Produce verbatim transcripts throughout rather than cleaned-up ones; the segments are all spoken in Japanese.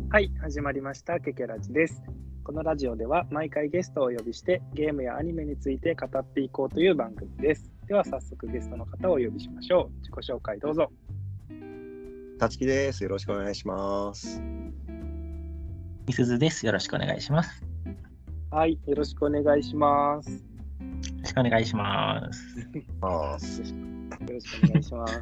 はい、始まりましたケケラジです。このラジオでは毎回ゲストをお呼びしてゲームやアニメについて語っていこうという番組です。では早速ゲストの方をお呼びしましょう。自己紹介どうぞ。 たつきです。よろしくお願いします。 みすずです。よろしくお願いします。 はい、よろしくお願いします。よろしくお願いします。 あよろしくお願いします。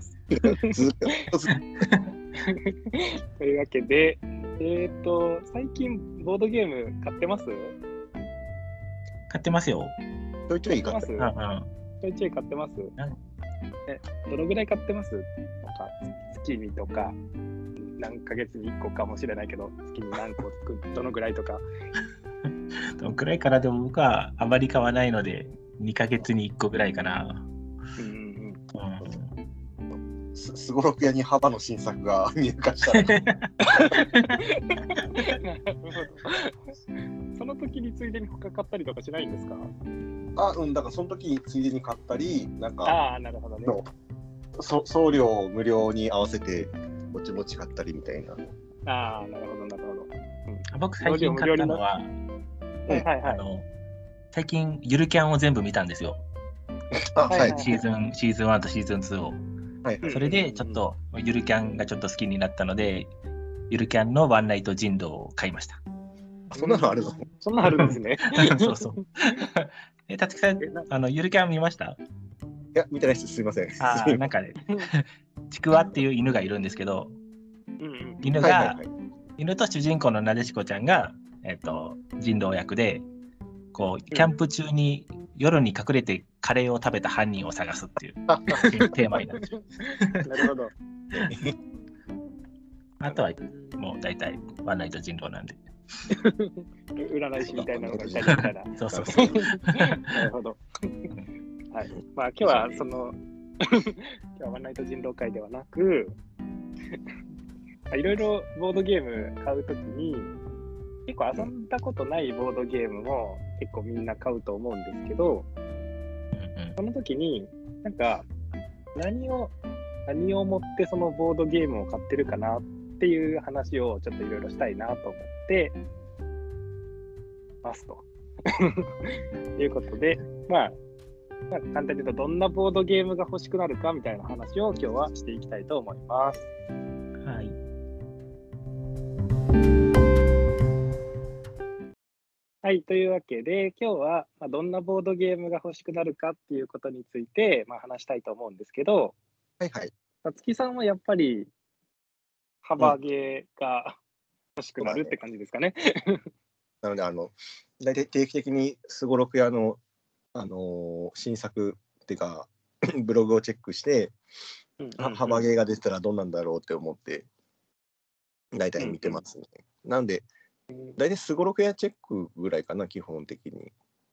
というわけで、えっと、最近ボードゲーム買ってます？ 買ってますよ。 ちょいちょい買ってます。 うんうん、 ちょいちょい買ってます。え、どのぐらい買ってます？なんか月にとか何ヶ月にいっこかもしれないけど、月に何個どのぐらいとか。 どのくらいからでも僕はあまり買わないのでにかげつにいっこぐらいかな。 うんうんうん。すすごろく屋に幅の新作が入荷したら。 なるほど。その時についでに他買ったりとかしないんですか？ あ、うん、だからその時についでに買ったり、なんか、 ああ、なるほどね。 そ送料無料に合わせてぼちぼち買ったりみたいな。 ああ、なるほど、なるほど。 うん、僕最近買ったのは、 はいはいはい、 あの最近ゆるキャンを全部見たんですよ。 あ、はい、 シーズン、シーズンワンとシーズンツーを。 はいはい、 それでちょっとゆるキャンがちょっと好きになったので、ゆるキャンのワンナイト人狼を買いました。 あ、そんなのあるの？ そんなのあるんですね。 そうそう。え、たつきさん、あのゆるキャン見ました？ いや、見てないです。すいません。 ああ、なんかね、ちくわっていう犬がいるんですけど、うんうん、犬が、はいはいはい、犬と主人公のなでしこちゃんが、えっと、人狼役で、こうキャンプ中に夜に隠れてカレーを食べた犯人を探すっていうテーマになってる。 なるほど。 あとはもう大体ワンナイト人狼なんで。 占い師みたいなのがいたりみたいな。 そうそうそう。 なるほど。はい。まあ今日はその今日はワンナイト人狼会ではなく、いろいろボードゲーム買うときに結構遊んだことないボードゲームも結構みんな買うと思うんですけど、その時になんか何を何をもってそのボードゲームを買ってるかなっていう話をちょっといろいろしたいなと思ってますということで、まあなんか簡単に言うとどんなボードゲームが欲しくなるかみたいな話を今日はしていきたいと思います。 はい。 はい、というわけで今日はどんなボードゲームが欲しくなるかっていうことについてまあ話したいと思うんですけど、 はいはい。 さつきさんはやっぱり幅ゲーが欲しくなるって感じですかね。 うん、なのであの大体定期的にすごろく屋のあのー、新作っていうかブログをチェックして、うんうんうん、幅ゲーが出てたらどんなんだろうって思って大体見てますね。うんうん、なので大体すごろく屋チェックぐらいかな、基本的に。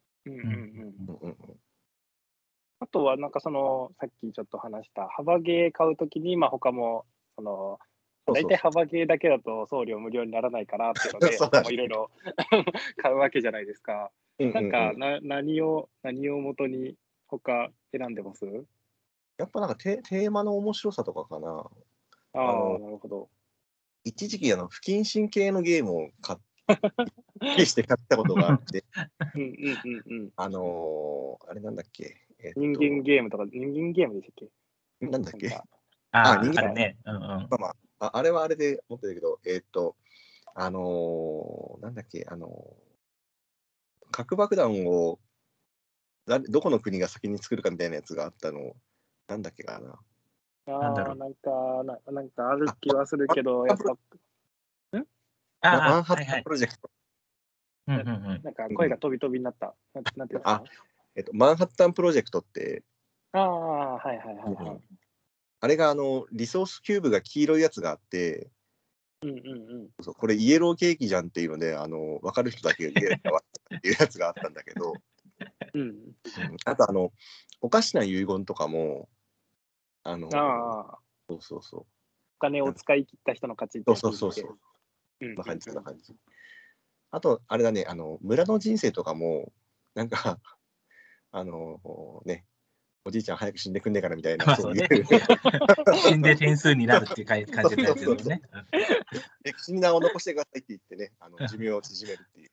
あとはなんかそのさっきちょっと話した幅ゲー買うときにまあ他もその大体幅ゲーだけだと送料無料にならないからっていうので他もいろいろ買うわけじゃないですか。なんかな何を何を元に他選んでます？ やっぱなんかテーマの面白さとかかな。 ああ、なるほど。 一時期あの不謹慎系のゲームを買ってして買ったことがあってうんうんうんうん、 あのー、あれなんだっけ、 えっと、人間ゲームとか人間ゲームでしたっけ？ なんだっけ？ ああ、人間ね。うんうん。 まあまあ、あれはあれで思ってたけど、えっと、あのー、なんだっけ、あのー、核爆弾をどこの国が先に作るかみたいなやつがあったの、なんだっけかな。 ああ、なんかな、なんかある気はするけど、やっぱ、 んマンハッタンプロジェクト。 うんうんうん、 なんか声が飛び飛びになった。なんていうんですか？ あ、えっと、マンハッタンプロジェクトって、 ああ、はいはいはいはい。うん、 あれがあの、リソースキューブが黄色いやつがあって、 うんうんうん、 そうこれイエローケーキじゃんっていうので、あの分かる人だけが言えたっていうやつがあったんだけど、 うんうん、 あとあの、おかしな遺言とかも、あのあそうそうそう。お金を使い切った人の勝ちってやつそうそうそう。 そんな感じ、そんな感じ。あと、あれだね、あの、村の人生とかも、なんか、あのね、 おじいちゃん早く死んでくんねえからみたいな、 まあそういう、 そうね、死んで点数になるっていう感じのやつですね。 歴史に名を残してくださいって言ってね、あの寿命を縮めるっていう。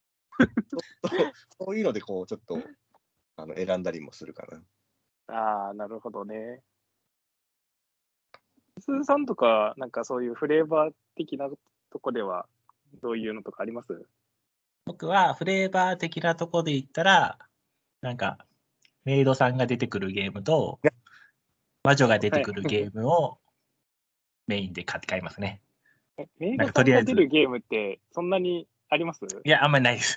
そういうので、こう、ちょっとあの選んだりもするかな。 ああ、なるほどね。すーさんとか、なんかそういうフレーバー的なとこでは、どういうのとかあります？ 僕はフレーバー的なとこで言ったら、なんか、メイドさんが出てくるゲームと、魔女が出てくるゲームをメインで買いますね。 メイドさんが出るゲームってそんなにあります？ いや、あんまりないです。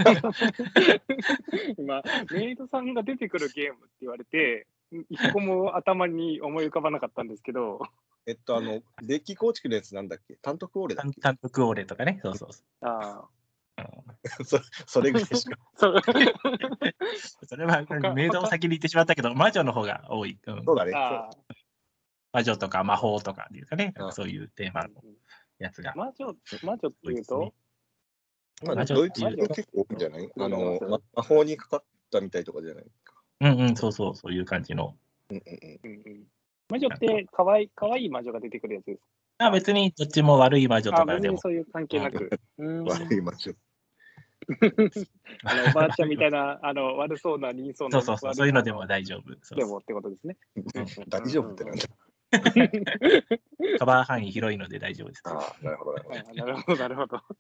今、メイドさんが出てくるゲームって言われて、一個も頭に思い浮かばなかったんですけど。 えっと、あの、デッキ構築のやつなんだっけ？単独オーレだっけ？ 単独オーレとかね。そうそうそう。 ああ。 そ, それぐらいしか。 それはメイドを先に言ってしまったけど、魔女の方が多い。 うん、そうだね。 魔女とか魔法とかっていうかね、そういうテーマのやつが。 魔女、魔女っていうと、 まあ、ドイツ結構多いんじゃない？あの、魔法にかかったみたいとかじゃないか。 うんうん、そうそう、そういう感じの。 うんうんうん。 魔女ってかわいい、かわいい魔女が出てくるやつですか？ あ、別にどっちも悪い魔女とかでも。別にそういう関係なく。 悪い魔女。 あのおばあちゃんみたいなあの悪そうな人相のそうそうそう、そういうのでも大丈夫。そうそうでもってことですね。 大丈夫ってなんだ。 カバー範囲広いので大丈夫です。 ああ、なるほど、なるほど、なるほど。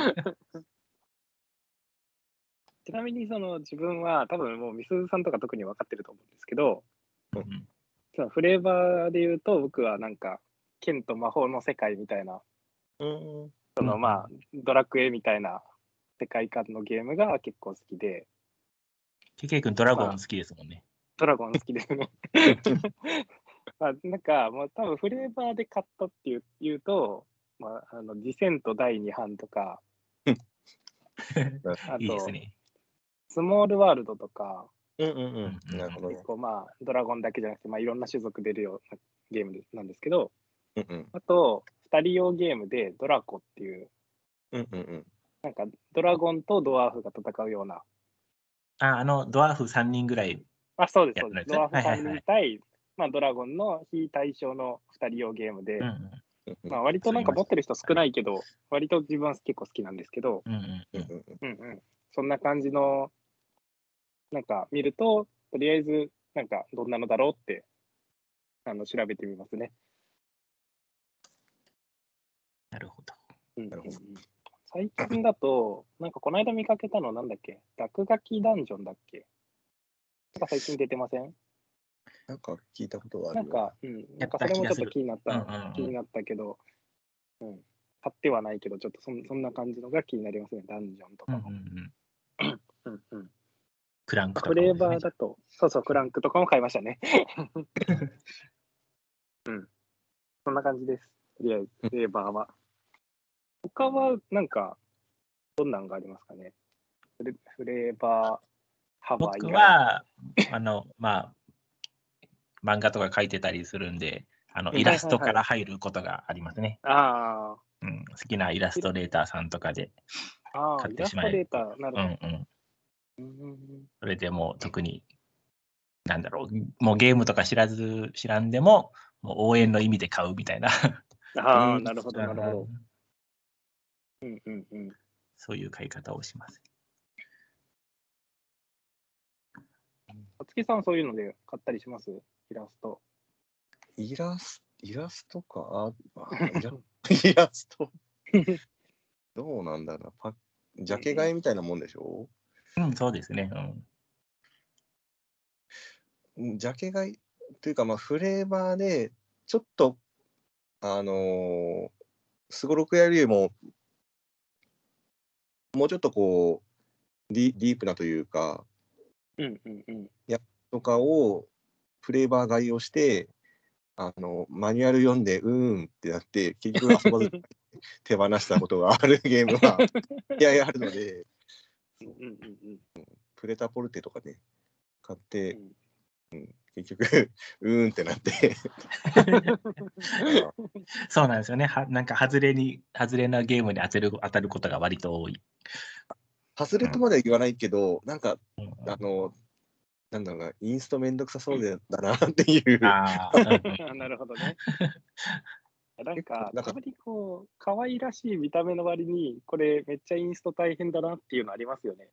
ちなみにその自分は多分もうみすずさんとか特に分かってると思うんですけど、うん、そのフレーバーで言うと僕はなんか剣と魔法の世界みたいな、うん、そのまあドラクエみたいな世界観のゲームが結構好きで。 ケケイ君ドラゴン好きですもんね。 まあ、ドラゴン好きですね。まあなんかもう多分フレーバーで買ったっていう言うと、まあ、あのディセントだいに版とか、あといいですね。スモールワールドとか、 うんうんうん、なるほどね。 結構まあドラゴンだけじゃなくて、まあ、いろんな種族出るようなゲームなんですけど、 うんうん、 あとふたり用ゲームでドラコっていう、 うんうんうん、 なんかドラゴンとドワーフが戦うような。 あ、あのドワーフさんにんぐらい。 あ、そうです、そうです。ドワーフさんにん対、はいはいはい、まあ、ドラゴンの非対称のふたり用ゲームで、うんうん、まあ、割となんか持ってる人少ないけど、割と自分は結構好きなんですけど、うんうん、そんな感じの、なんか見ると、とりあえず、なんかどんなのだろうってあの調べてみますね。 なるほど。 うんうんうん、最近だと、なんかこの間見かけたのなんだっけ、落書きダンジョンだっけ、なんか最近出てません？ なんか聞いたことがある。 なんか、うん、なんかそれもちょっと気になった、うんうんうん、気になったけど、うん、買ってはないけど、ちょっとそんそんな感じのが気になりますね、ダンジョンとかも。うんうんうん、 クランクとか、 ね。フレーバーだと、そうそう、クランクとかも買いましたね。うん。そんな感じです。とりあえず、フレーバーは。他は、なんか、どんなんがありますかね。フレ、フレーバー、幅以外。 僕は、あの、まあ、漫画とか書いてたりするんで、あのイラストから入ることがありますね。 ああ、 うん。好きなイラストレーターさんとかで買ってしまえる。 イラストレーター、なるほど。 うんうん。それでもう特に、なんだろう、もうゲームとか知らず、知らんでも、もう応援の意味で買うみたいな。 ああ、なるほど、なるほど。うんうんうん。 そういう買い方をします。 あつきさん、そういうので買ったりします？イラスト。 イラスト、イラストか。あイライラスト。どうなんだろう。パジャケ買いみたいなもんでしょ？ うん、そうですね。 うん、ジャケ買いというか、まあ、フレーバーで、ちょっと、あのすごろくやよりも、もうちょっとこう、ディ、ディープなというか、 うんうんうん。 やとかをフレーバー買いをして、あのマニュアル読んでうーんってなって結局遊ばず手放したことがあるゲームはいやいやあるので、うんうんうんうん、プレタポルテとかね買って、うんうん、結局うーんってなってそうなんですよね。はなんか外れに外れなゲームに当てる当たることが割と多い。 外れとまでは言わないけど、うん、なんか、うん、あのなんだろうな、インストめんどくさそうだなっていう。 ああなるほどね。なんか、 なんかあまりこう、可愛らしい見た目の割に、これめっちゃインスト大変だなっていうのありますよね。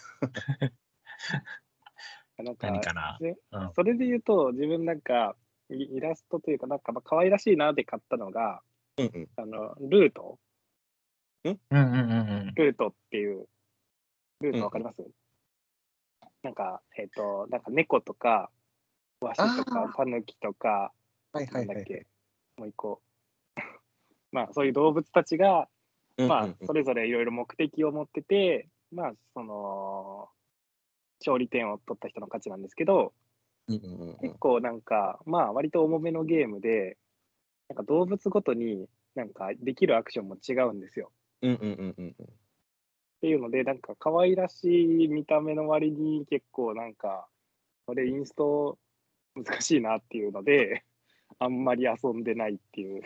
なんか、 何かな、 ねうん、 それで言うと、自分なんか、イイラストというか、なんかまあ可愛らしいなって買ったのが、 うんうん。 あの、ルートうんうんうんうんルートっていう、ルーうんうんトわかります、なんか、えっ、と、なんか猫とか、ワシとか、 あタヌキとか、 あ、はいはいはいはい。 なんだっけ、もう一個。まあ、そういう動物たちが、まあ、 うんうんうん。 それぞれいろいろ目的を持ってて、まあ、その、勝利点を取った人の勝ちなんですけど、 うんうんうんうん。 結構なんか、まあ、割と重めのゲームで、なんか動物ごとになんかできるアクションも違うんですよ。 うんうんうんうんうん。 っていうので、なんか可愛らしい見た目の割に結構なんか、これインスト難しいなっていうので、あんまり遊んでないっていう。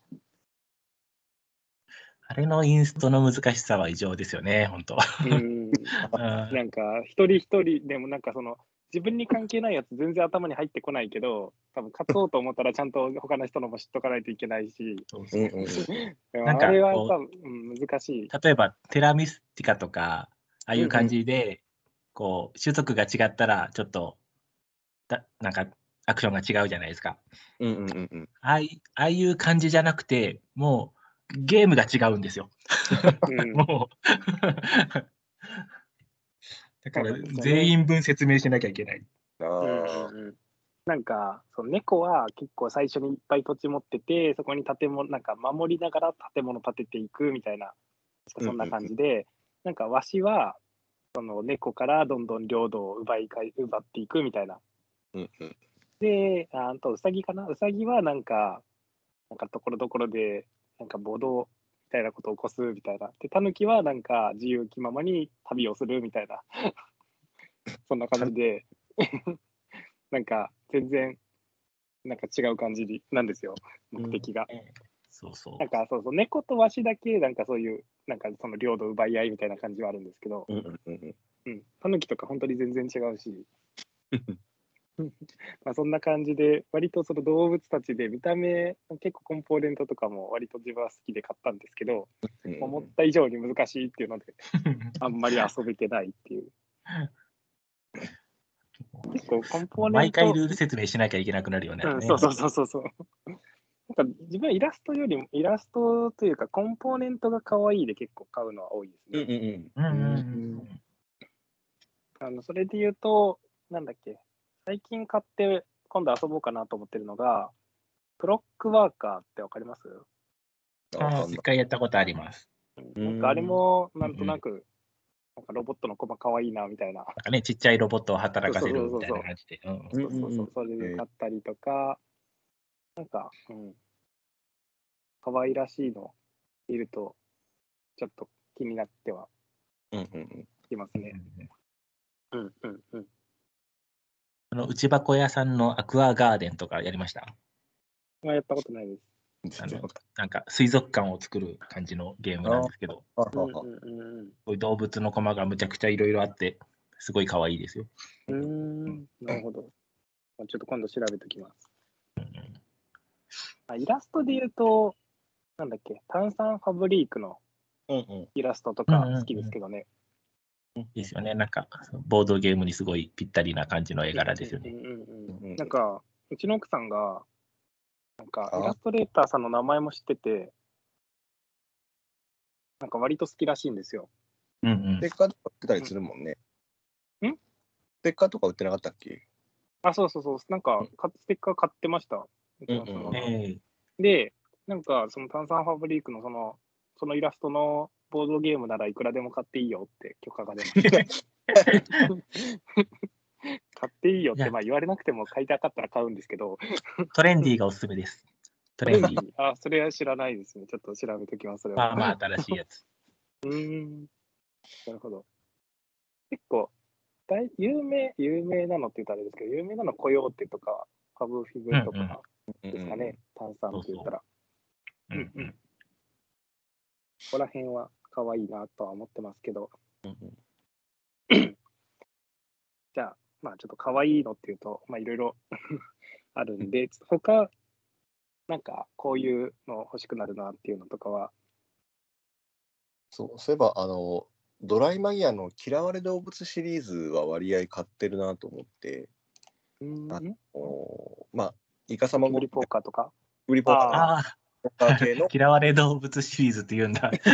あれのインストの難しさは異常ですよね、本当。 うん。なんか、一人一人、でもなんかその、自分に関係ないやつ全然頭に入ってこないけど、多分勝とうと思ったらちゃんと他の人のも知っとかないといけないし、 そうそううんうんうん。 でもなんあれはかこ多分、うん、難しい。 う、例えばテラミスティカとか、ああいう感うんうん。 じで、こう、種族が違ったら、ちょっと、だなんか、アクションが違うじゃないですか。 うんうんうんうん。 ああいああいう感じじゃなくて、もうゲームが違うんですよ。 うん、 もうだからそうなんですよね。 全員分説明しなきゃいけない。 あうんうんあ。 うん。なんか、その猫は結構最初にいっぱい土地持ってて、そこに建物、なんか守りながら建物建てていくみたいな、そんなうんうん感じで、なんかワシは、その猫からどんどん領土を奪いかい奪っていくみたいな。 うんうんで、あんとウサギかなウサギはなんか、なんかところどころで、なんか暴動みたいなことを起こすみたいな。で、タヌキはなんか自由気ままに旅をするみたいな、そんな感じで、なんか全然なんか違う感じなんですよ、目的が。 そうそう。 なんかそうそう、猫とワシだけ、なんかそういう、なんかその領土奪い合いみたいな感じはあるんですけど、 うんうんうんうん。 うん、タヌキとか本当に全然違うし、まあそんな感じで、割とその動物たちで見た目、結構コンポーネントとかも割と自分は好きで買ったんですけど、 うんうん思った以上に難しいっていうので、あんまり遊べてないっていう。結構コンポーネント、 毎回ルール説明しなきゃいけなくなるよね。 うん、そうそうそうそうそう。なんか自分はイラストよりも、イラストというかコンポーネントが可愛いで結構買うのは多いですね。 うんうんうんうんうん。 うんあのそれで言うと、なんだっけ、最近買って今度遊ぼうかなと思ってるのが、クロックワーカーってわかります？ あ、わああ、 かんない。 一回やったことあります。 うんうなんかあれん。 もなんうんうん。 となく、なんかロボットのコマ可愛いなみたいな。 なんかね、ちっちゃいロボットをそうそう働かせるみそうそうそう。 たいな感じで。うんうんうんそうそうそう。 うんうん。 それでえー買ったりとか、なんか、うん、可愛らしいのいると、ちょっと気になってはうんうんうん。 きますね。うんうんうん。 あの内箱屋さんのアクアガーデンとかやりました？ まあ、やったことないです。 あの全然わかなんか水族館を作る感じのゲームんない。 なんですけど、 ああ、 うんはは。 うんこういう動物のコマがむちゃくちゃいろいろあって、すごい可愛いですよ。 うんうん。うーん、なるほど。まあちょっと今度調べておきます。あ、イラストで言うと、なんだっけ、炭酸ファブリークのうんうん。 イラストとうんうんか好きですけどね。 いいですよね。なんか、ボードゲームにすごいぴったりな感じの絵うん柄ですよね。 うんうんうんうんうん。 なんか、うちの奥さんが、なんかイラあ、 ストレーターさんの名前も知ってて、なんか割と好きらしいんですよ。 うんうんステッカーとか売ってたりするもんね。 んんステッカーとか売ってなかったっけ？ あ、そうそうそう、なんかかステッカー買ってました。うちうんうんうん。 の妻が。 えで、なんかその炭酸ファブリークのその、そのイラストのボードゲームならいくらでも買っていいよって許可が出ました。買っていいよっていやまあ言われなくても買いたかったら買うんですけど、 トレンディーがおすすめです。トトレンディー。 レンディー、あ、それは知らないですね。ちょっと調べときます、それは。 まあまあ新しいやつ。 うーん、なるほど。結構、大有名、有名なのって言ったらあれですけど、有名なのコヨーテとか、ファブフィブうんうん。 とかうんうんですかね、炭酸そうそって言ったら。 う。うんうん。 ここら辺は可愛いなとは思ってますけど、 うんうん。 じゃあ、 まあちょっと可愛いのっていうと、まあいろいろあるんで、他、なんかこういうの欲しくなるなっていうのとかは。 そう、そういえば、あの、ドライマギアの嫌われ動物シリーズは割合買ってるなと思って、 うんあのまあ、イカサマゴキブリポーカーとか。 ブリポーカーああ、 ポーカー系の嫌われ動物シリーズって言うんだ。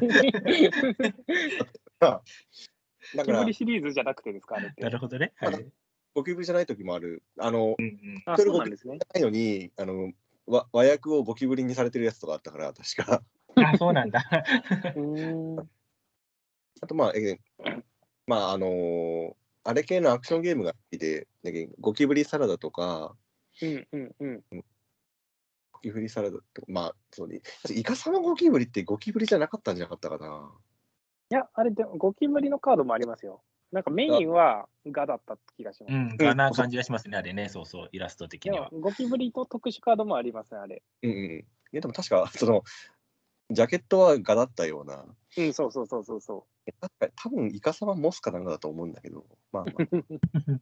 ゴキブリシリーズじゃなくてですか、あれって。 なるほどね。はい。 ゴキブリじゃない時もある。あの、 うんうん、 あ、 それそうなんですね。 ゴキブリじゃないのに、あの、和和訳をゴキブリにされてるやつとかあったから、確か。 あ、そうなんだ。 うんあと、まあ、えまあ、あのーあれ系のアクションゲームが好きで、ね、ゴキブリサラダとか、 うんうんうん。 ゴキブリサラダとか、まあ、そうね、イカサマゴキブリってゴキブリじゃなかったんじゃなかったかな。 いや、あれでもゴキブリのカードもありますよ。なんかメインはガだった気がします。 うん、ガな感じがしますね、あれね、そうそう、イラスト的には。 ゴキブリと特殊カードもありますね、あれ。 うんうん。いや、でも確か、その、ジャケットはガだったような。 うん、そうそうそうそうそう。 確かに多分イカサマモスかなんかだと思うんだけど、まあまあ。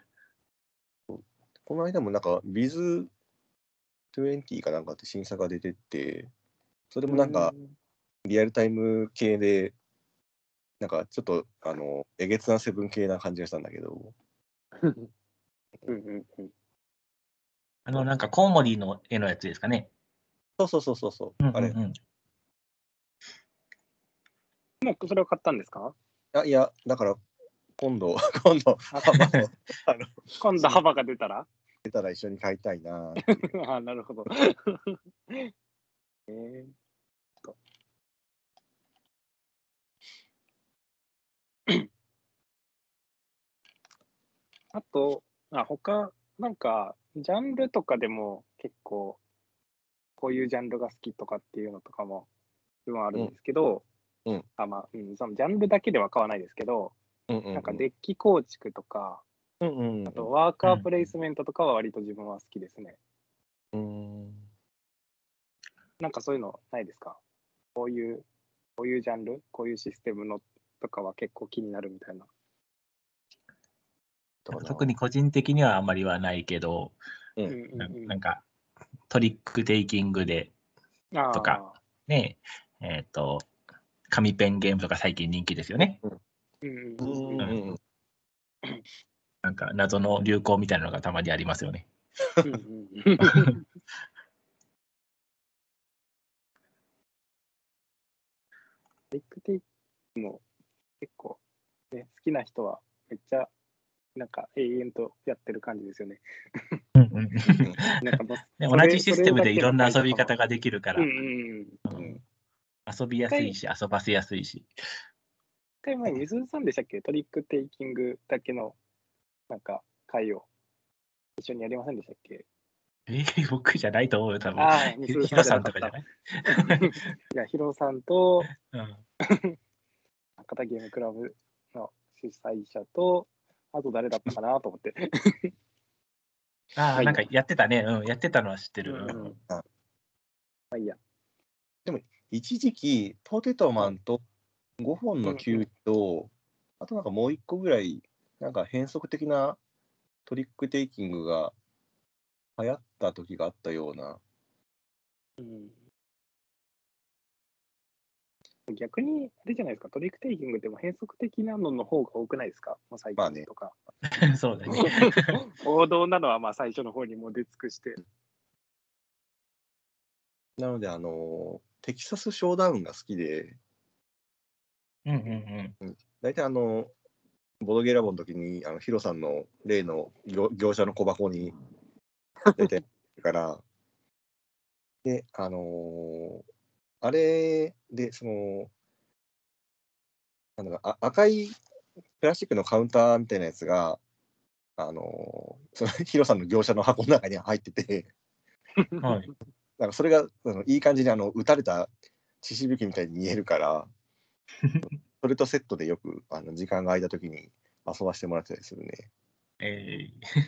この間もなんか、ビズにじゅうかなんかって審査が出てって、それもなんか、リアルタイム系で、なんかちょっと、あの、えげつなセブン系な感じがしたんだけど。 うんうんうん。 あの、なんかコウモリの絵のやつですかね。 そうそうそうそうそう、 うんうんうん、 あれ。 もうそれを買ったんですか？ あ、いや、だから、今度、今度、幅の、あの、 今度幅が出たら出たら一緒に買いたいな。 あ、なるほど。えー、とあと、あ、他、なんか、ジャンルとかでも結構、こういうジャンルが好きとかっていうのとかも、自分はあるんですけど、 うんうん、 あ、まあ、うん、そのジャンルだけでは買わないですけど、 うんうんうん、 なんかデッキ構築とか、 うんうんうん、 あとワーカープレイスメントとかは割と自分は好きですね。 うん、 なんかそういうのないですか？こういう、こういうジャンル、こういうシステムのとかは結構気になるみたいな。 特に個人的にはあんまりはないけど、 うんうんなうんうん、 なんかトリックテイキングでとか、ね、えっ、ー、と、紙ペンゲームとか最近人気ですよね。なんか謎の流行みたいなのがたまにありますよね。 うんうんトリックテイキングも結構、ね、好きな人はめっちゃなんか永遠とやってる感じですよね。 うんうん、 なんかもう同じシステムでいろんな遊び方ができるから、 遊びやすいし、遊ばせやすいし。 一回前、水さんでしたっけ？トリックテイキングだけのなんか会を一緒にやりませんでしたっけ？ えー、僕じゃないと思うよ、多分。 ああ、 ヒロさんとかじゃない？ いや、ヒロさんと、 うん、 博多ゲームクラブの主催者と、あと誰だったかなと思って。 ああ、なんかやってたね。うん、やってたのは知ってる。うんうん、 まあいいや。 でも、一時期、ポテトマンとごほんのキュウリと、あとなんかもう一個ぐらい、なんか変則的なトリックテイキングが流行った時があったような。 うん、逆に、あれじゃないですか、トリックテイキングでも変則的なのの方が多くないですか？もう最近とか。 まあね、そうだね。 王道なのはまあ最初の方にも出尽くして。 なので、あの、テキサスショーダウンが好きで、 うんうんうん。 大体あの、ボドゲラボの時に、あのヒロさんの例の 業, 業者の小箱に出てるから、で、あのー、あれで、その、なんだか赤いプラスチックのカウンターみたいなやつが、あのー、そのヒロさんの業者の箱の中に入ってて、 はい、 なんかそれがあのいい感じにあの打たれた血しぶきみたいに見えるから、それとセットでよくあの時間が空いた時に遊ばせてもらってたりするね。 え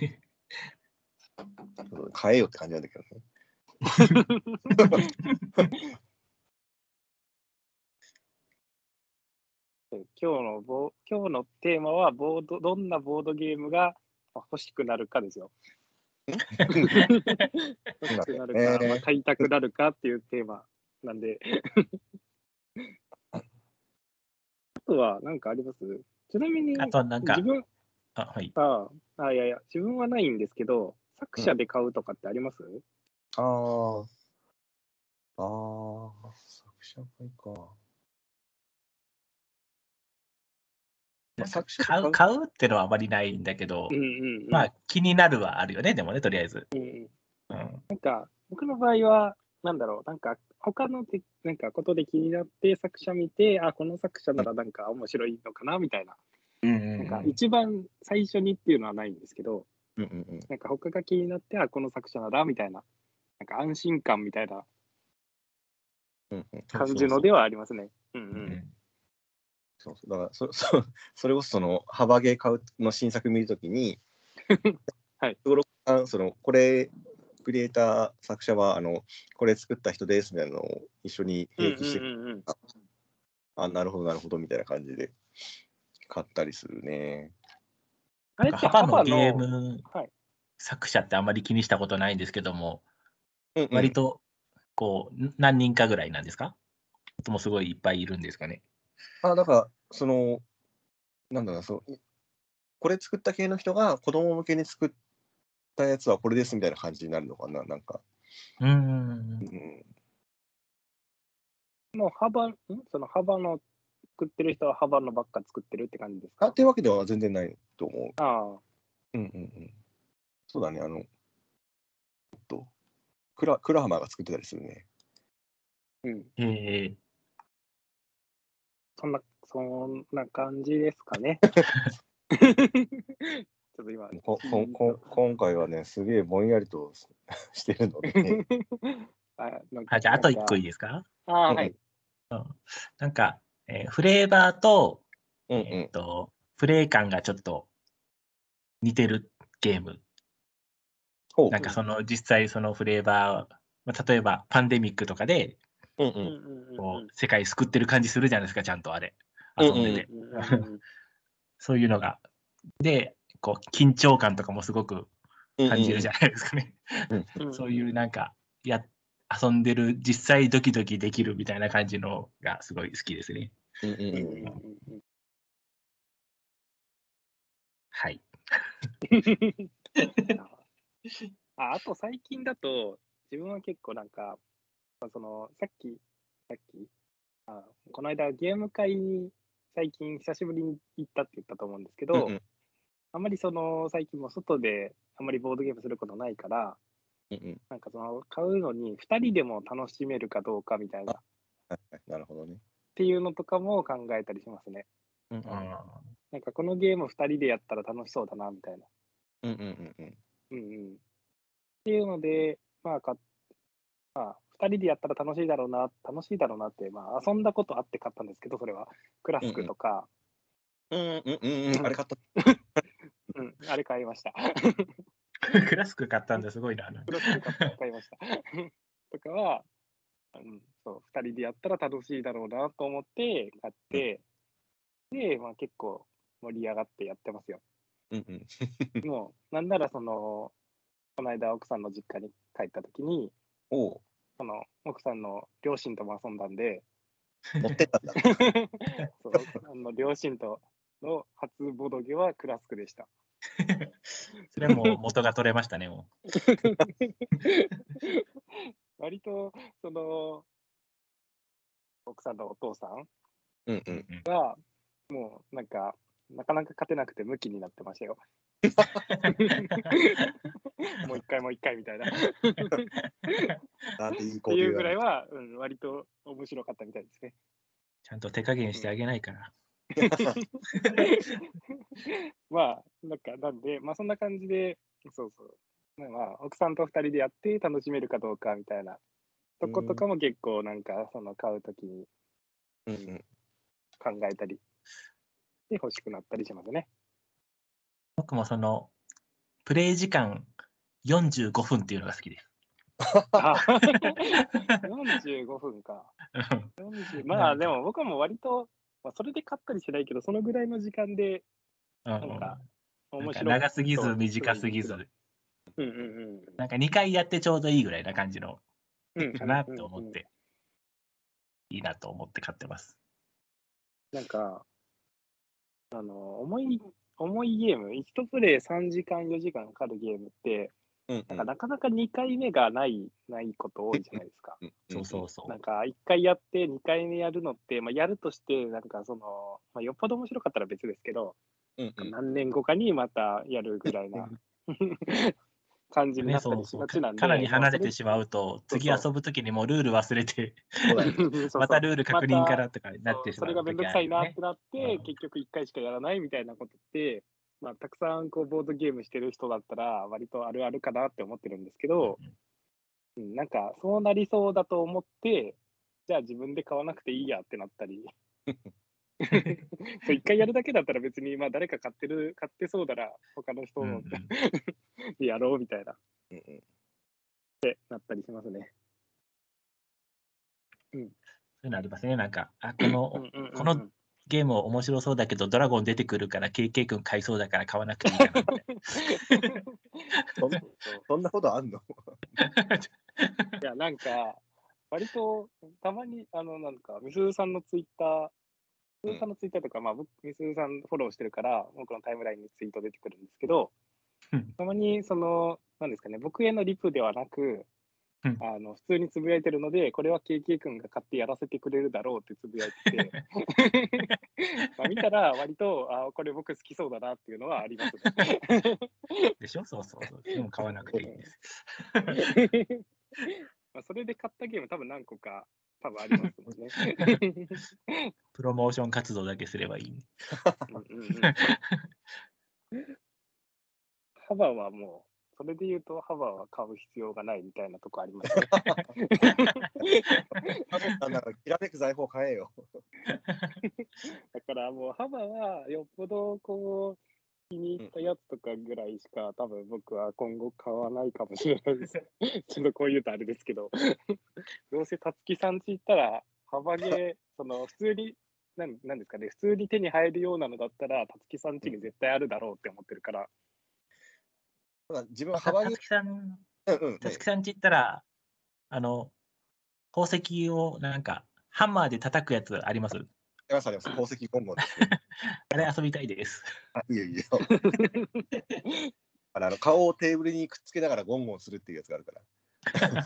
ー、買えよって感じなんだけどね。 今日のボ今日のテーマはボード、どんなボードゲームがまあ、欲しくなるかですよ。 ん欲しくなるか、 えーまあ、買いたくなるかっていうテーマなんで。あとは何かあります？ちなみにあとなんか、 自分あ、はい。 ああ、いやいや、自分はないんですけど、作者で買うとかってあります？ あーあー、作者会か。まあ、作者買う、買うってのはあまりないんだけど、 うんうんうん。 まあ気になるはあるよね、でもね、とりあえず。 うんうん、 うん。 なんか、僕の場合は、なんだろう、なんか、他のてなんかことで気になって作者見て、あ、この作者ならなんか面白いのかな、みたいな。 うんうんなんか、 うん。 一番最初にっていうのはないんですけど、 うんうんうん。 なんか他が気になって、あ、この作者なら、みたいな、なんか安心感みたいなうんうん、 感じのではありますね。うんうん。 そうそう、だからそそそれこそその幅ゲー買うの新作見るときに、 はい。 登録あそのこれクリエイター作者はあのこれ作った人ですみたいなのを一緒に併記して、 うんうんうんうん、 あ、なるほどなるほどみたいな感じで買ったりするね。 あれって幅の幅ゲーの、 ムはい、 作者ってあんまり気にしたことないんですけども、 うんうん、 割とこう何人かぐらいなんですか？ともすごいいっぱいいるんですかね。 あ、だからそのなんだろう、そうこれ作った系の人が子供向けに作ったやつはこれですみたいな感じになるのかな、なんか。 うんうんうん。 うん、 の幅、んその幅の作ってる人は幅のばっか作ってるって感じですか？ あっていうわけでは全然ないと思う。 ああ。 うんうんうん。そうだね、あの、えっと、クラクラハマーが作ってたりするね。 うん。 ええそんな、そんな感じですかね。ちょっと今、 こここ今回はね、すげえぼんやりとしてるので、ね。 あなんあ、じゃあ、あといっこいいいですか？ ああ、 うんうんはい。 うん、なんか、えーフレーバーと、 うんうんえっと、プレイ感がちょっと似てるゲーム。 ほう。 なんかその実際そのフレーバー、まあ、例えばパンデミックとかで、 うんううんうんんうんうん。 こう世界救ってる感じするじゃないですか、ちゃんとあれ。 うん遊んでて。 うんうんうんそういうのが。で、こう緊張感とかもすごくうん感じるじゃないですかね。 うんうん。 そういうなんか、や、遊んでる、実際ドキドキできるみたいな感じのがすごい好きですね。 うんうんうんうんうんうんうん。 はい。 ああと最近だと、自分は結構なんか、その、さっき、さっき、あこの間ゲーム会に最近久しぶりに行ったって言ったと思うんですけど、 うんうんあんまりその最近も外であんまりボードゲームすることないから、 うんうん。 なんかその買うのにふたりでも楽しめるかどうかみたいなっはいはい、なるほどね。 ていうのとかも考えたりしますね。 うんうんあなんかこのゲームふたりでやったら楽しそうだなみたいな。 うんうんうんうん。 うんうん。っていうので、まあか、まあ、ふたりでやったら楽しいだろうな、楽しいだろうなって、まあ遊んだことあって買ったんですけど、それは。クラスクとか、 うんうんうんうん、あれ買った。 うん、あれ買いました。 ークラスク買ったんですごいな。 クラスク買買いました。とかは、うん、そう、ふたりでやったら楽しいだろうなと思って買って、で、まあ結構盛り上がってやってますよ。 うんうん。 もう、なんならその、この間奥さんの実家に帰った時に、 おう、 その奥さんの両親とも遊んだんで、 持ってったんだ。 そうあの両親との初ボドゲはクラスクでした。 それも元が取れましたね、も割と、その、奥さんのお父さんうんうん。 う。 が、もうなんか、なかなか勝てなくてムキになってましたよ。もう一回もう一回みたいな。 なんていいっていう交流だね。 ぐらいは、うん、割と面白かったみたいですね。 ちゃんと手加減してあげないから。 まあ、なんか、なんで、まあそんな感じで、そうそう。まあ、奥さんと二人でやって楽しめるかどうかみたいなとことかも結構なんか、その買うときにうんうん。 考えたりで欲しくなったりしますね。 僕もその、プレイ時間よんじゅうごふんっていうのが好きです。 あよんじゅうごふんか。よんじゅうまあでも僕も割と、まあ、それで買ったりしないけど、そのぐらいの時間で、 うんなんかなんか長すぎず短すぎず、 うんうんうん、 なんかにかいやってちょうどいいぐらいな感じのかなと思って、いいなと思って買ってます。 なんか、あの、重い、重いゲーム、いちプレイさんじかん、よじかんかかるゲームって、うんうん、なんかなかなかにかいめがない、ないこと多いじゃないですか。 そうそうそう。 なんかいっかいやってにかいめやるのって、まあ、やるとして、なんかその、まあ、よっぽど面白かったら別ですけど、うんうん、何年後かにまたやるぐらいな感じになったりしがちなんで、 かなり離れてしまうと、次遊ぶときにもうルール忘れて、またルール確認からとかになってしまう、ね。 それがめんどくさいなってなって、うん、結局いっかいしかやらないみたいなことって、まあ、たくさんこうボードゲームしてる人だったら、割とあるあるかなって思ってるんですけど、うん、なんかそうなりそうだと思って、じゃあ自分で買わなくていいやってなったり。そう一回やるだけだったら別に、まあ、誰か買ってる買ってそうだら他の人の、うん、でやろうみたいな、うんうん、ってなったりしますね。 うん、そういうのありますね。なんかあこの、うんうんうんうん、このゲーム面白そうだけどドラゴン出てくるから ケーケー 君買いそうだから買わなくていいかなみたいそんなそんなことあんの？ いやなんか割とたまにあのなんかみすずさんのツイッターみすずさんのツイッターとか、まあ僕みすずさんフォローしてるから僕のタイムラインにツイート出てくるんですけど、たまにそのなんですかね、僕へのリプではなく、あの普通につぶやいてるので、これは ケーケー 君が買ってやらせてくれるだろうってつぶやいててまあ見たら割とあこれ僕好きそうだなっていうのはありますね。 でしょ、そうそうそう。でも買わなくていいんです。 まあそれで買ったゲーム多分何個か多分ありますもんね。 プロモーション活動だけすればいい、ね。 うんうんうん、幅はもうそれで言うと幅は買う必要がないみたいなとこありますね。 なんかきらめく財宝買えよ。 だからもう幅はよっぽどこう気に入ったやつとかぐらいしか、うん、多分僕は今後買わないかもしれないです。ちょっとこう言うとあれですけど、どうせたつきさんち行ったら幅ゲーその普通になんなんですかね、普通に手に入るようなのだったらたつきさんちに絶対あるだろうって思ってるから。 自分は幅ゲーたつきさん、たつきさんち行ったらあの宝石をなんかハンマーで叩くやつあります？ ありますあります。宝石ゴンゴンですね。 あれ遊びたいです。 あ、いやいや。あの顔をテーブルにくっつけながらゴンゴンするっていうやつがあるから。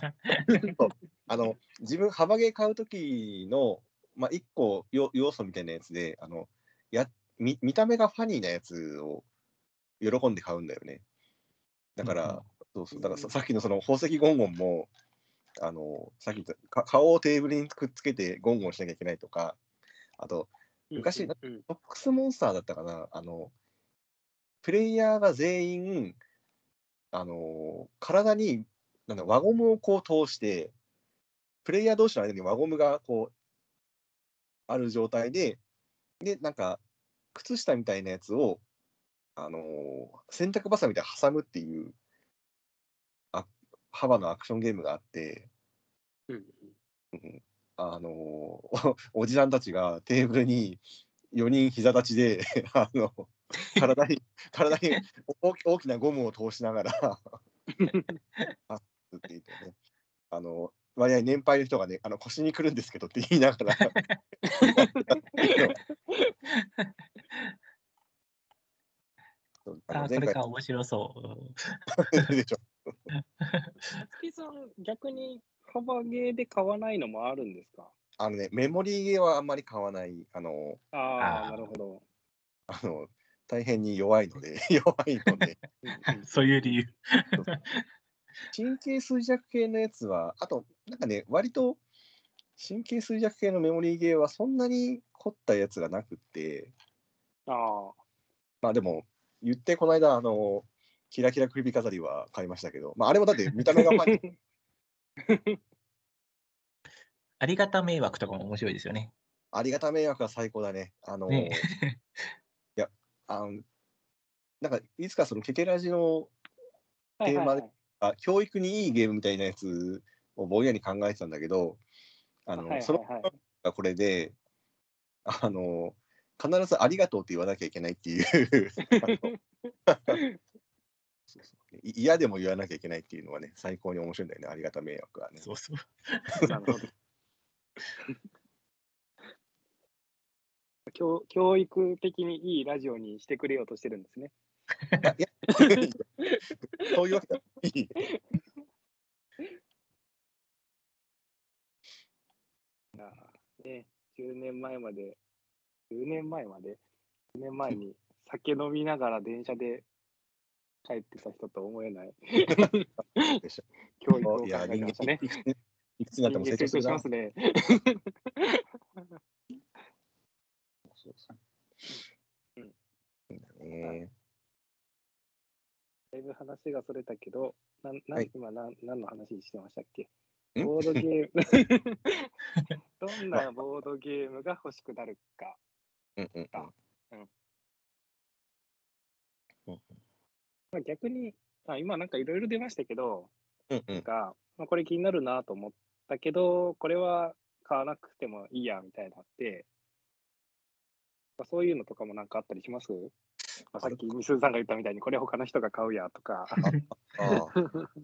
あの自分幅ゲー買う時のまあ一個要素みたいなやつで、あのや 見, 見た目がファニーなやつを喜んで買うんだよね。だから、うん、そうそうだからさっきのその宝石ゴンゴンも。あのさっき言った顔をテーブルにくっつけてゴンゴンしなきゃいけないとか、あと昔、うんうんうん、ボックスモンスターだったかな、あのプレイヤーが全員あの体になんだ輪ゴムをこう通して、プレイヤー同士の間に輪ゴムがこうある状態で、でなんか靴下みたいなやつをあの洗濯バサミで挟むっていうあ幅のアクションゲームがあって。うんうん、あのー、おじさんたちがテーブルによにん膝立ちであの体に体に大き大きなゴムを通しながらあって言ってね、あの割合年配の人がね、あの腰にくるんですけどって言いながらあ、それか面白そう。 でしょ。 月さん、逆に幅ゲーで買わないのもあるんですか？ あのね、メモリーゲーはあんまり買わない。あのああ、なるほど。 あの大変に弱いので、弱いので。 そういう理由。 神経衰弱系のやつは、あと、なんかね、割と神経衰弱系のメモリーゲーはそんなに凝ったやつがなくって、 ああ。 まあでも、言ってこの間、あの、キラキラ首飾りは買いましたけど、まああれもだって見た目がファンありがた迷惑とかも面白いですよね。 ありがた迷惑は最高だね。あの、ね、いや、あの、なんかいつかそのケケラジのテーマで、はいはいはい、あ教育にいいゲームみたいなやつをぼんやり考えてたんだけど、あの、はいはいはい、そのがこれで、あの、 必ずありがとうって言わなきゃいけないっていうそうそう嫌でも言わなきゃいけないっていうのはね、最高に面白いんだよね、ありがた迷惑はね。 そうそう。 なるほど。教教育的にいいラジオにしてくれようとしてるんですね。 いやそういうわけだ。いいね、じゅうねんまえまで、じゅうねんまえまで、じゅうねんまえに酒飲みながら電車で帰ってた人と思えないでしょ教育を考いや、 えてましたね。 人間いくつになっても成長するな。 しますね。 そうそううんね、 だいぶ話がそれたけど、ななはい、 今な何の話してましたっけ？ んボードゲームどんなボードゲームが欲しくなるか。 うんうんかうんうんまあ、逆にあ今なんかいろいろ出ましたけど、 うんうんなんか、まあ、これ気になるなと思ったけど、これは買わなくてもいいやみたいなのって、まあ、そういうのとかもなんかあったりします？まあ、さっきみすずさんが言ったみたいにこれ他の人が買うやとか。 ああ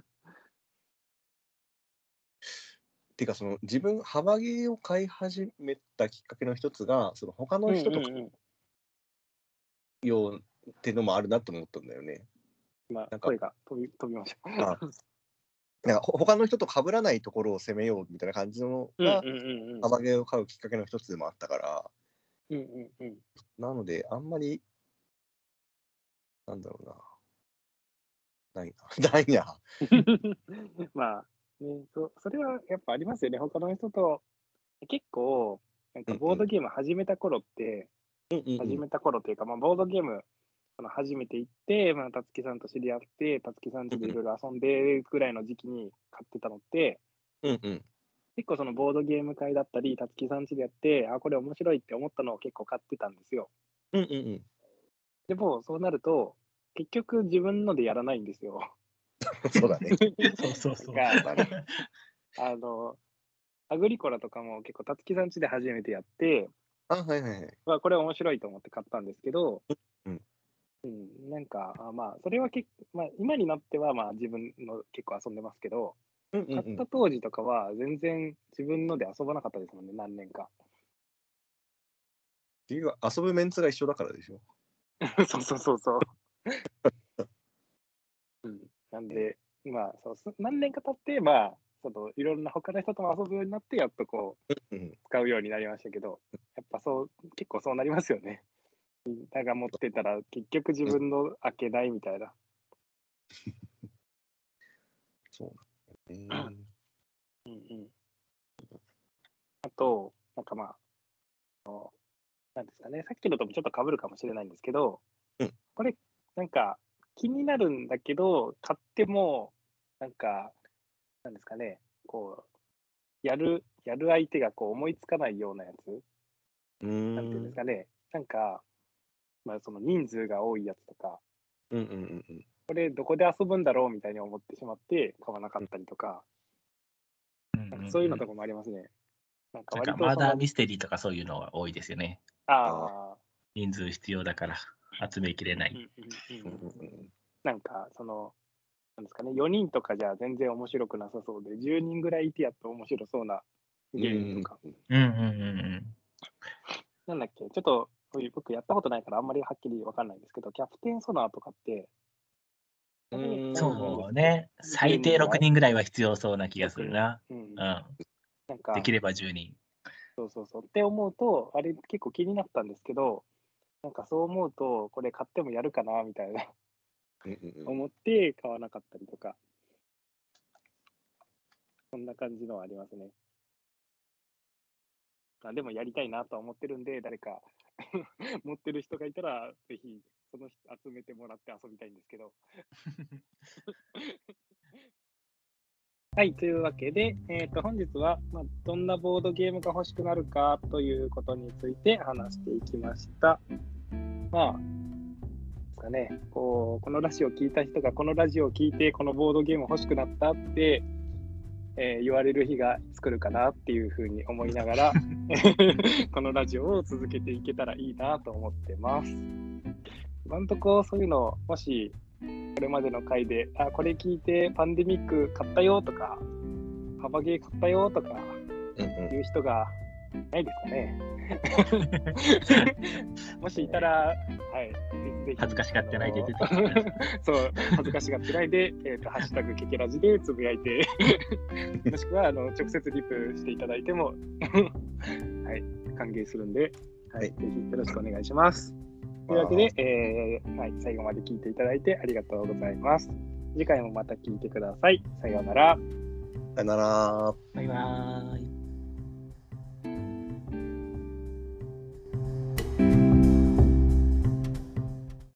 ていうかその自分幅ゲーを買い始めたきっかけの一つがその他の人と買うようっていうのもあるなと思ったんだよね。 まあ、声が飛び飛びました。 あなんか他の人と被らないところを攻めようみたいな感じのが幅ゲーを買うきっかけの一つでもあったから、 うんうんうん、 なのであんまりなんだろうなないなないなまあね、そそれはやっぱありますよね。他の人と結構なんかボードゲーム始めた頃って、 うんうん、 始めた頃というか、まあ、ボードゲームその初めて行って、まあ、たつきさんと知り合って、たつきさんちでいろいろ遊んでぐらいの時期に買ってたのって、 うんうん、 結構そのボードゲーム会だったり、たつきさんちでやって、あ、これ面白いって思ったのを結構買ってたんですよ。 うんうんうん、 でも、そうなると、結局自分のでやらないんですよ。 そうだね。 そうそうそう。 あの、アグリコラとかも結構、たつきさんちで初めてやって、 あ、はいはいはい。 まあ、これ面白いと思って買ったんですけど、 うんうん、なんか、あまあ、それは結構、まあ、今になっては、まあ、自分の結構遊んでますけど、 うんうんうん、 買った当時とかは、全然自分ので遊ばなかったですもんね、何年か。 っていうか、遊ぶメンツが一緒だからでしょ。 そうそうそうそう。うん、なんで、まあそう、何年か経って、まあ、そのいろんな他の人とも遊ぶようになって、やっとこう、使うようになりましたけど、やっぱそう、結構そうなりますよね。みんなが持ってたら、結局自分の開けないみたいな。 そうなんだね。 うんうん。あと、なんかまあ、あのなんですかね、さっきのともちょっと被るかもしれないんですけど、 うん、 これ、なんか気になるんだけど、買っても、なんか、なんですかね、こう、やる、やる相手がこう思いつかないようなやつ、 うーんなんていうんですかね、なんか、まあ、その人数が多いやつとか、 うんうんうんうん、 これどこで遊ぶんだろうみたいに思ってしまって買わなかったりとか、なんかそういうのとかもありますね。なんか割とマーダーミステリーとかそういうのは多いですよね。 ああ。 人数必要だから集めきれない。 なんかその、なんですかね、よにんとかじゃ全然面白くなさそうで、じゅうにんぐらいいてやっと面白そうなゲームとか。 うんうんうんうん。 なんだっけ、ちょっと僕やったことないからあんまりはっきりわかんないんですけど、キャプテンソナーとかって、 そうね、最低ろくにんぐらいは必要そうな気がするな。うん。なんかできればじゅうにん。 そうそうそう。って思うと、あれ結構気になったんですけど、なんかそう思うと、これ買ってもやるかなみたいな思って買わなかったりとか、そんな感じのはありますね。あでもやりたいなとは思ってるんで、誰か持ってる人がいたら、ぜひその人集めてもらって遊びたいんですけど。はい、というわけで、えー、と本日は、まあ、どんなボードゲームが欲しくなるかということについて話していきました。まあ、ですかね、こうこのラジオを聞いた人がこのラジオを聞いてこのボードゲーム欲しくなったってえー、言われる日が作るかなっていうふうに思いながらこのラジオを続けていけたらいいなと思ってます。今んとこそういうのもしこれまでの回であこれ聞いてパンデミック買ったよとか幅ゲー買ったよとかいう人がないですかねもしいたら、はい、ぜひ恥ずかしがってないで出てきてそう恥ずかしがってないで、えーと、ハッシュタグケケラジでつぶやいてもしくはあの直接リプしていただいてもはい歓迎するんで、はい、ぜひよろしくお願いします。というわけで、えーはい、最後まで聞いていただいてありがとうございます。次回もまた聞いてください。さようなら。 さよなら。 バイバーイ。